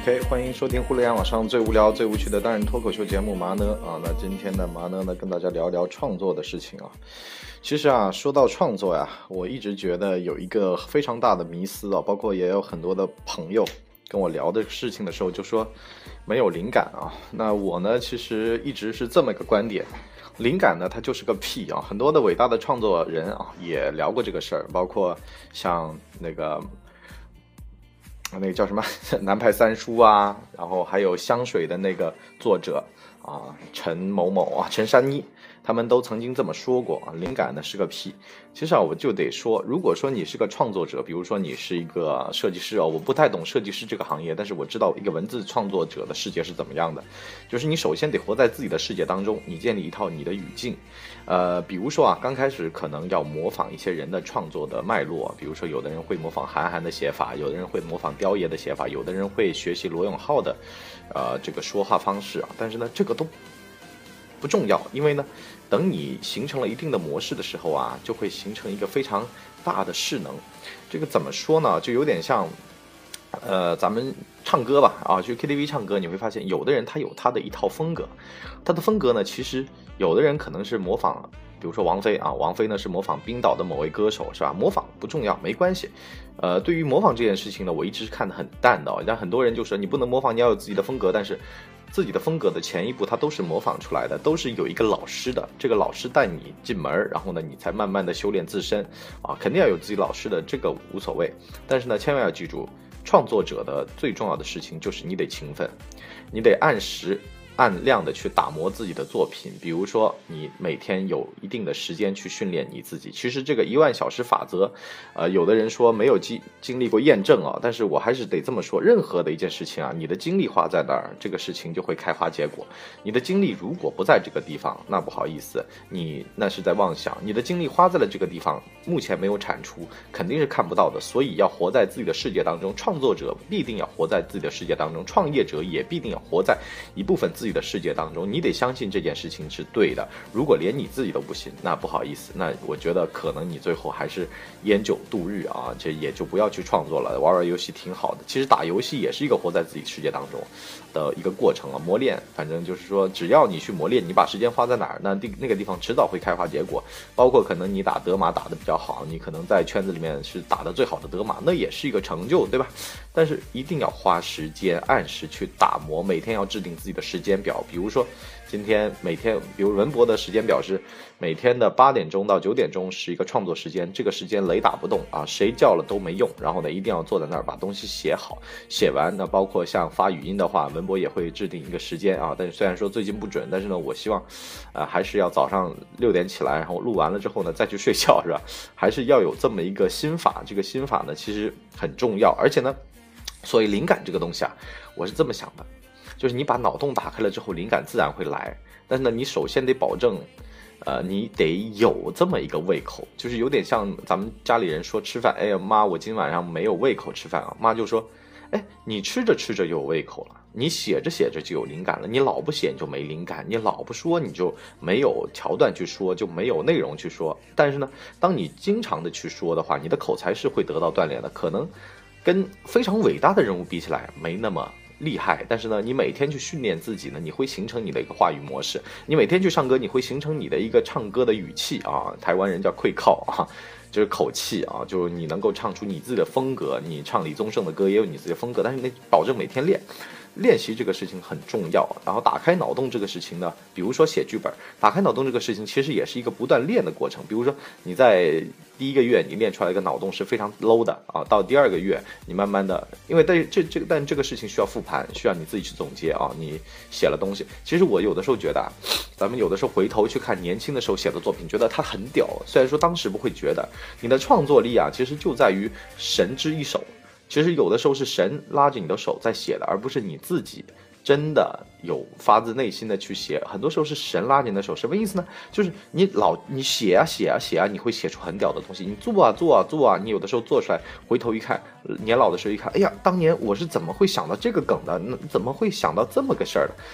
OK， 欢迎收听互联网上最无聊、最无趣的单人脱口秀节目麻呢啊。那今天的麻呢跟大家聊聊创作的事情啊。其实啊，说到创作呀，我一直觉得有一个非常大的迷思啊，包括也有很多的朋友跟我聊的事情的时候就说没有灵感啊。那我呢，其实一直是这么一个观点，灵感呢它就是个屁啊。很多的伟大的创作人啊也聊过这个事儿，包括像那个叫什么南派三叔啊，然后还有香水的那个作者啊，陈某某啊，陈珊妮，他们都曾经这么说过啊，灵感呢是个屁。其实啊，我就得说，如果说你是个创作者，比如说你是一个设计师啊，我不太懂设计师这个行业，但是我知道一个文字创作者的世界是怎么样的，就是你首先得活在自己的世界当中，你建立一套你的语境。比如说啊，刚开始可能要模仿一些人的创作的脉络，比如说有的人会模仿韩寒的写法，有的人会模仿雕爷的写法，有的人会学习罗永浩的这个说话方式啊，但是呢，这个都不重要，因为呢，等你形成了一定的模式的时候啊，就会形成一个非常大的势能。这个怎么说呢？就有点像咱们唱歌吧啊，去 KTV 唱歌，你会发现有的人他有他的一套风格，他的风格呢，其实有的人可能是模仿，比如说王菲啊，王菲呢是模仿冰岛的某位歌手，是吧？模仿不重要，没关系。对于模仿这件事情呢，我一直是看得很淡的。但很多人就说你不能模仿，你要有自己的风格，但是自己的风格的前一步，它都是模仿出来的，都是有一个老师的。这个老师带你进门，然后呢，你才慢慢的修炼自身啊，肯定要有自己老师的，这个无所谓。但是呢，千万要记住，创作者的最重要的事情就是你得勤奋，你得按时按量的去打磨自己的作品。比如说你每天有一定的时间去训练你自己，其实这个10000小时法则有的人说没有经历过验证啊，但是我还是得这么说，任何的一件事情啊，你的精力花在那儿，这个事情就会开花结果。你的精力如果不在这个地方，那不好意思，你那是在妄想。你的精力花在了这个地方，目前没有产出，肯定是看不到的。所以要活在自己的世界当中，创作者必定要活在自己的世界当中，创业者也必定要活在一部分自己的世界当中。你得相信这件事情是对的，如果连你自己都不行，那不好意思，那我觉得可能你最后还是烟酒度日啊，这也就不要去创作了，玩玩游戏挺好的。其实打游戏也是一个活在自己世界当中的一个过程啊，磨练。反正就是说，只要你去磨练，你把时间花在哪儿，那个地方迟早会开花结果。包括可能你打德玛打得比较好，你可能在圈子里面是打得最好的德玛，那也是一个成就，对吧？但是一定要花时间，按时去打磨，每天要制定自己的时间表。比如说今天每天，比如文博的时间表是每天的8点钟到9点钟是一个创作时间，这个时间雷打不动啊，谁叫了都没用。然后呢，一定要坐在那儿把东西写好，写完呢，包括像发语音的话，文博也会制定一个时间啊。但是虽然说最近不准，但是呢，我希望还是要早上6点起来，然后录完了之后呢再去睡觉，是吧？还是要有这么一个心法。这个心法呢其实很重要，而且呢，所以灵感这个东西啊，我是这么想的，就是你把脑洞打开了之后，灵感自然会来。但是呢，你首先得保证，你得有这么一个胃口，就是有点像咱们家里人说吃饭，哎呀妈，我今晚上没有胃口吃饭啊，妈就说，哎，你吃着吃着就有胃口了，你写着写着就有灵感了，你老不写你就没灵感，你老不说你就没有桥段去说，就没有内容去说。但是呢，当你经常的去说的话，你的口才是会得到锻炼的，可能跟非常伟大的人物比起来没那么厉害，但是呢，你每天去训练自己呢，你会形成你的一个话语模式。你每天去唱歌，你会形成你的一个唱歌的语气啊，台湾人叫溃靠啊，就是口气啊，就是你能够唱出你自己的风格。你唱李宗盛的歌也有你自己的风格，但是你保证每天练习这个事情很重要。然后打开脑洞这个事情呢，比如说写剧本，打开脑洞这个事情其实也是一个不断练的过程。比如说你在第1个月你练出来一个脑洞是非常 low 的啊，到第2个月你慢慢的，因为但这个事情需要复盘，需要你自己去总结啊。你写了东西，其实我有的时候觉得啊，咱们有的时候回头去看年轻的时候写的作品，觉得它很屌，虽然说当时不会觉得。你的创作力啊，其实就在于神之一手。其实有的时候是神拉着你的手在写的，而不是你自己真的有发自内心的去写。很多时候是神拉着你的手，什么意思呢？就是你写啊写啊写啊，你会写出很屌的东西。你做啊做啊做啊，你有的时候做出来，回头一看，年老的时候一看，哎呀，当年我是怎么会想到这个梗的？怎么会想到这么个事儿的？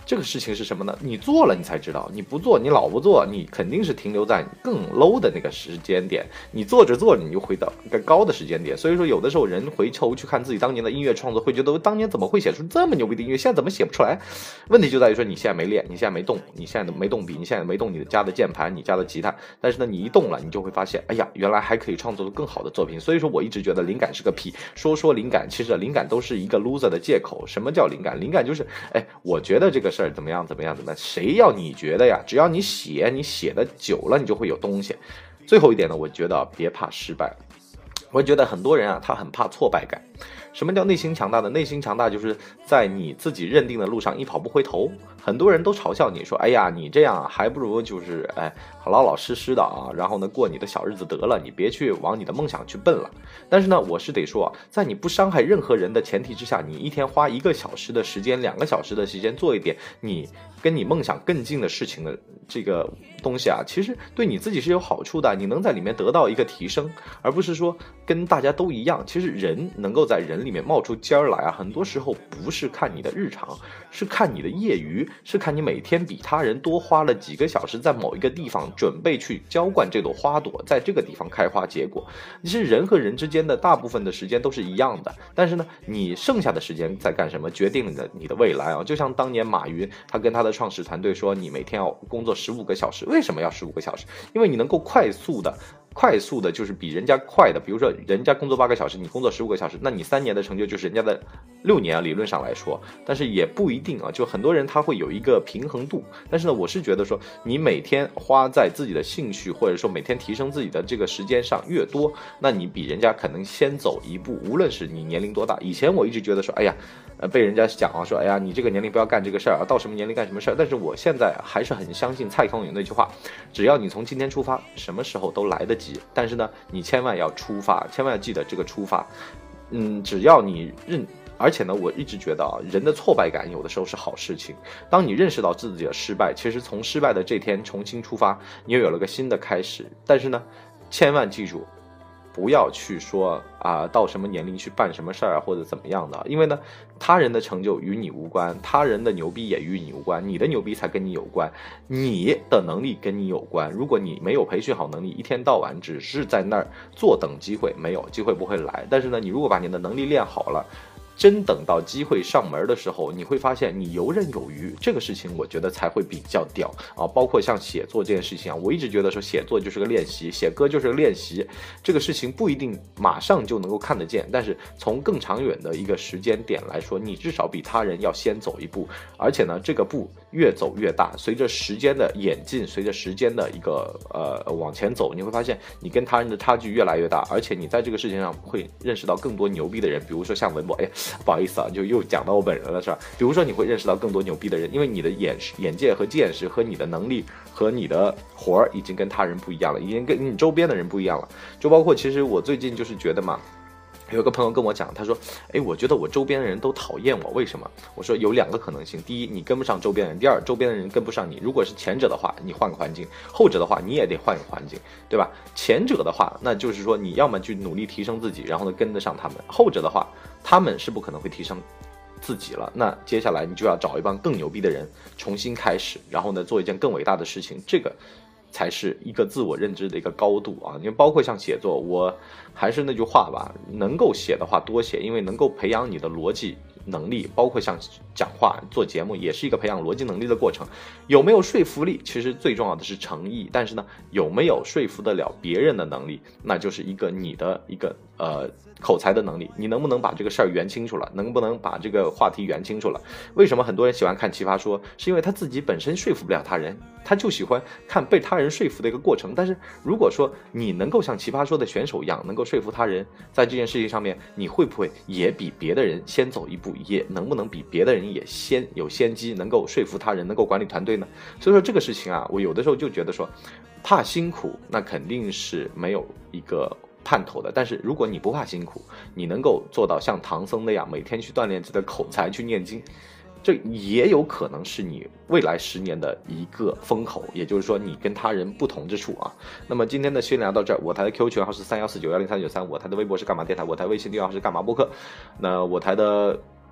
这个事情是什么呢？你做了你才知道，你不做，你老不做，你肯定是停留在更 low 的那个时间点。你做着做着，你就回到一个高的时间点。所以说，有的时候人回头去看自己当年的音乐创作，会觉得当年怎么会写出这么牛逼的音乐，现在怎么写不出来？问题就在于说，你现在没练，你现在没动，你现在没动笔，你现在没动你的家的键盘，你家的吉他。但是呢，你一动了，你就会发现，哎呀，原来还可以创作出更好的作品。所以说我一直觉得灵感是个屁，说灵感，其实灵感都是一个 loser 的借口。什么叫灵感？灵感就是，我觉得这个事儿怎么样，谁要你觉得呀？只要你写的久了，你就会有东西。最后一点呢，我觉得别怕失败。我觉得很多人啊，他很怕挫败感。什么叫内心强大的？内心强大就是在你自己认定的路上一跑不回头。很多人都嘲笑你说，哎呀，你这样还不如就是老老实实的啊，然后呢过你的小日子得了，你别去往你的梦想去奔了。但是呢，我是得说啊，在你不伤害任何人的前提之下，你一天花1个小时的时间、2个小时的时间做一点你跟你梦想更近的事情的这个东西啊，其实对你自己是有好处的，你能在里面得到一个提升，而不是说跟大家都一样。其实人能够在人里面冒出尖儿来啊，很多时候不是看你的日常，是看你的业余，是看你每天比他人多花了几个小时在某一个地方准备去浇灌这朵花朵，在这个地方开花结果。其实人和人之间的大部分的时间都是一样的，但是呢，你剩下的时间在干什么，决定了你的未来啊。就像当年马云，他跟他的创始团队说，你每天要工作15个小时，为什么要15个小时？因为你能够快速的就是比人家快的，比如说人家工作8个小时，你工作15个小时，那你3年的成就就是人家的6年啊，理论上来说，但是也不一定啊，就很多人他会有一个平衡度。但是呢，我是觉得说，你每天花在自己的兴趣，或者说每天提升自己的这个时间上越多，那你比人家可能先走一步，无论是你年龄多大。以前我一直觉得说，哎呀，被人家讲啊，说哎呀，你这个年龄不要干这个事儿啊，到什么年龄干什么事儿。但是我现在还是很相信蔡康永那句话，只要你从今天出发，什么时候都来得及。但是呢，你千万要出发，千万要记得这个出发。只要你而且呢，我一直觉得啊，人的挫败感有的时候是好事情。当你认识到自己的失败，其实从失败的这天重新出发，你又有了个新的开始。但是呢，千万记住，不要去说啊，到什么年龄去办什么事儿啊，或者怎么样的。因为呢，他人的成就与你无关，他人的牛逼也与你无关，你的牛逼才跟你有关，你的能力跟你有关。如果你没有培训好能力，一天到晚只是在那儿坐等机会，没有机会不会来。但是呢，你如果把你的能力练好了，真等到机会上门的时候，你会发现你游刃有余。这个事情我觉得才会比较屌啊！包括像写作这件事情啊，我一直觉得说写作就是个练习，写歌就是个练习。这个事情不一定马上就能够看得见，但是从更长远的一个时间点来说，你至少比他人要先走一步。而且呢，这个步越走越大，随着时间的演进，随着时间的一个往前走，你会发现你跟他人的差距越来越大，而且你在这个事情上会认识到更多牛逼的人，比如说像文博，不好意思啊，就又讲到我本人了，是吧？比如说你会认识到更多牛逼的人，因为你的眼界和见识和你的能力和你的活儿已经跟他人不一样了，已经跟你周边的人不一样了。就包括其实我最近就是觉得嘛，有个朋友跟我讲，他说，我觉得我周边的人都讨厌我，为什么？我说有2个可能性，第一，你跟不上周边人；第二，周边的人跟不上你。如果是前者的话，你换个环境；后者的话，你也得换个环境，对吧？前者的话，那就是说你要么去努力提升自己，然后呢跟得上他们；后者的话，他们是不可能会提升自己了，那接下来你就要找一帮更牛逼的人重新开始，然后呢做一件更伟大的事情，这个才是一个自我认知的一个高度啊！因为包括像写作，我还是那句话吧，能够写的话多写，因为能够培养你的逻辑能力，包括像讲话、做节目，也是一个培养逻辑能力的过程。有没有说服力，其实最重要的是诚意，但是呢，有没有说服得了别人的能力，那就是你的一个口才的能力，你能不能把这个事儿圆清楚了，能不能把这个话题圆清楚了？为什么很多人喜欢看奇葩说，是因为他自己本身说服不了他人，他就喜欢看被他人说服的一个过程。但是如果说你能够像奇葩说的选手一样，能够说服他人，在这件事情上面，你会不会也比别的人先走一步，也能不能比别的人也先有先机，能够说服他人，能够管理团队呢？所以说这个事情啊，我有的时候就觉得说，怕辛苦，那肯定是没有一个盼头的。但是如果你不怕辛苦，你能够做到像唐僧那样每天去锻炼自己的口才，去念经，这也有可能是你未来10年的一个风口，也就是说你跟他人不同之处啊。那么今天的先聊到这儿，我台的 QQ 群号是3149103993，我台的微博是干嘛电台，我台微信订阅号是干嘛播客，那我台的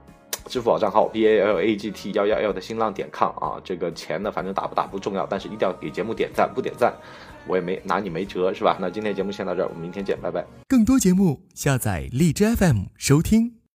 支付宝账号 BALAGT111的新浪.com 啊，这个钱呢反正打不打不重要，但是一定要给节目点赞，不点赞我也没拿你没辙是吧？那今天节目先到这儿，我们明天见，拜拜。 更多节目下载荔枝 FM 收听。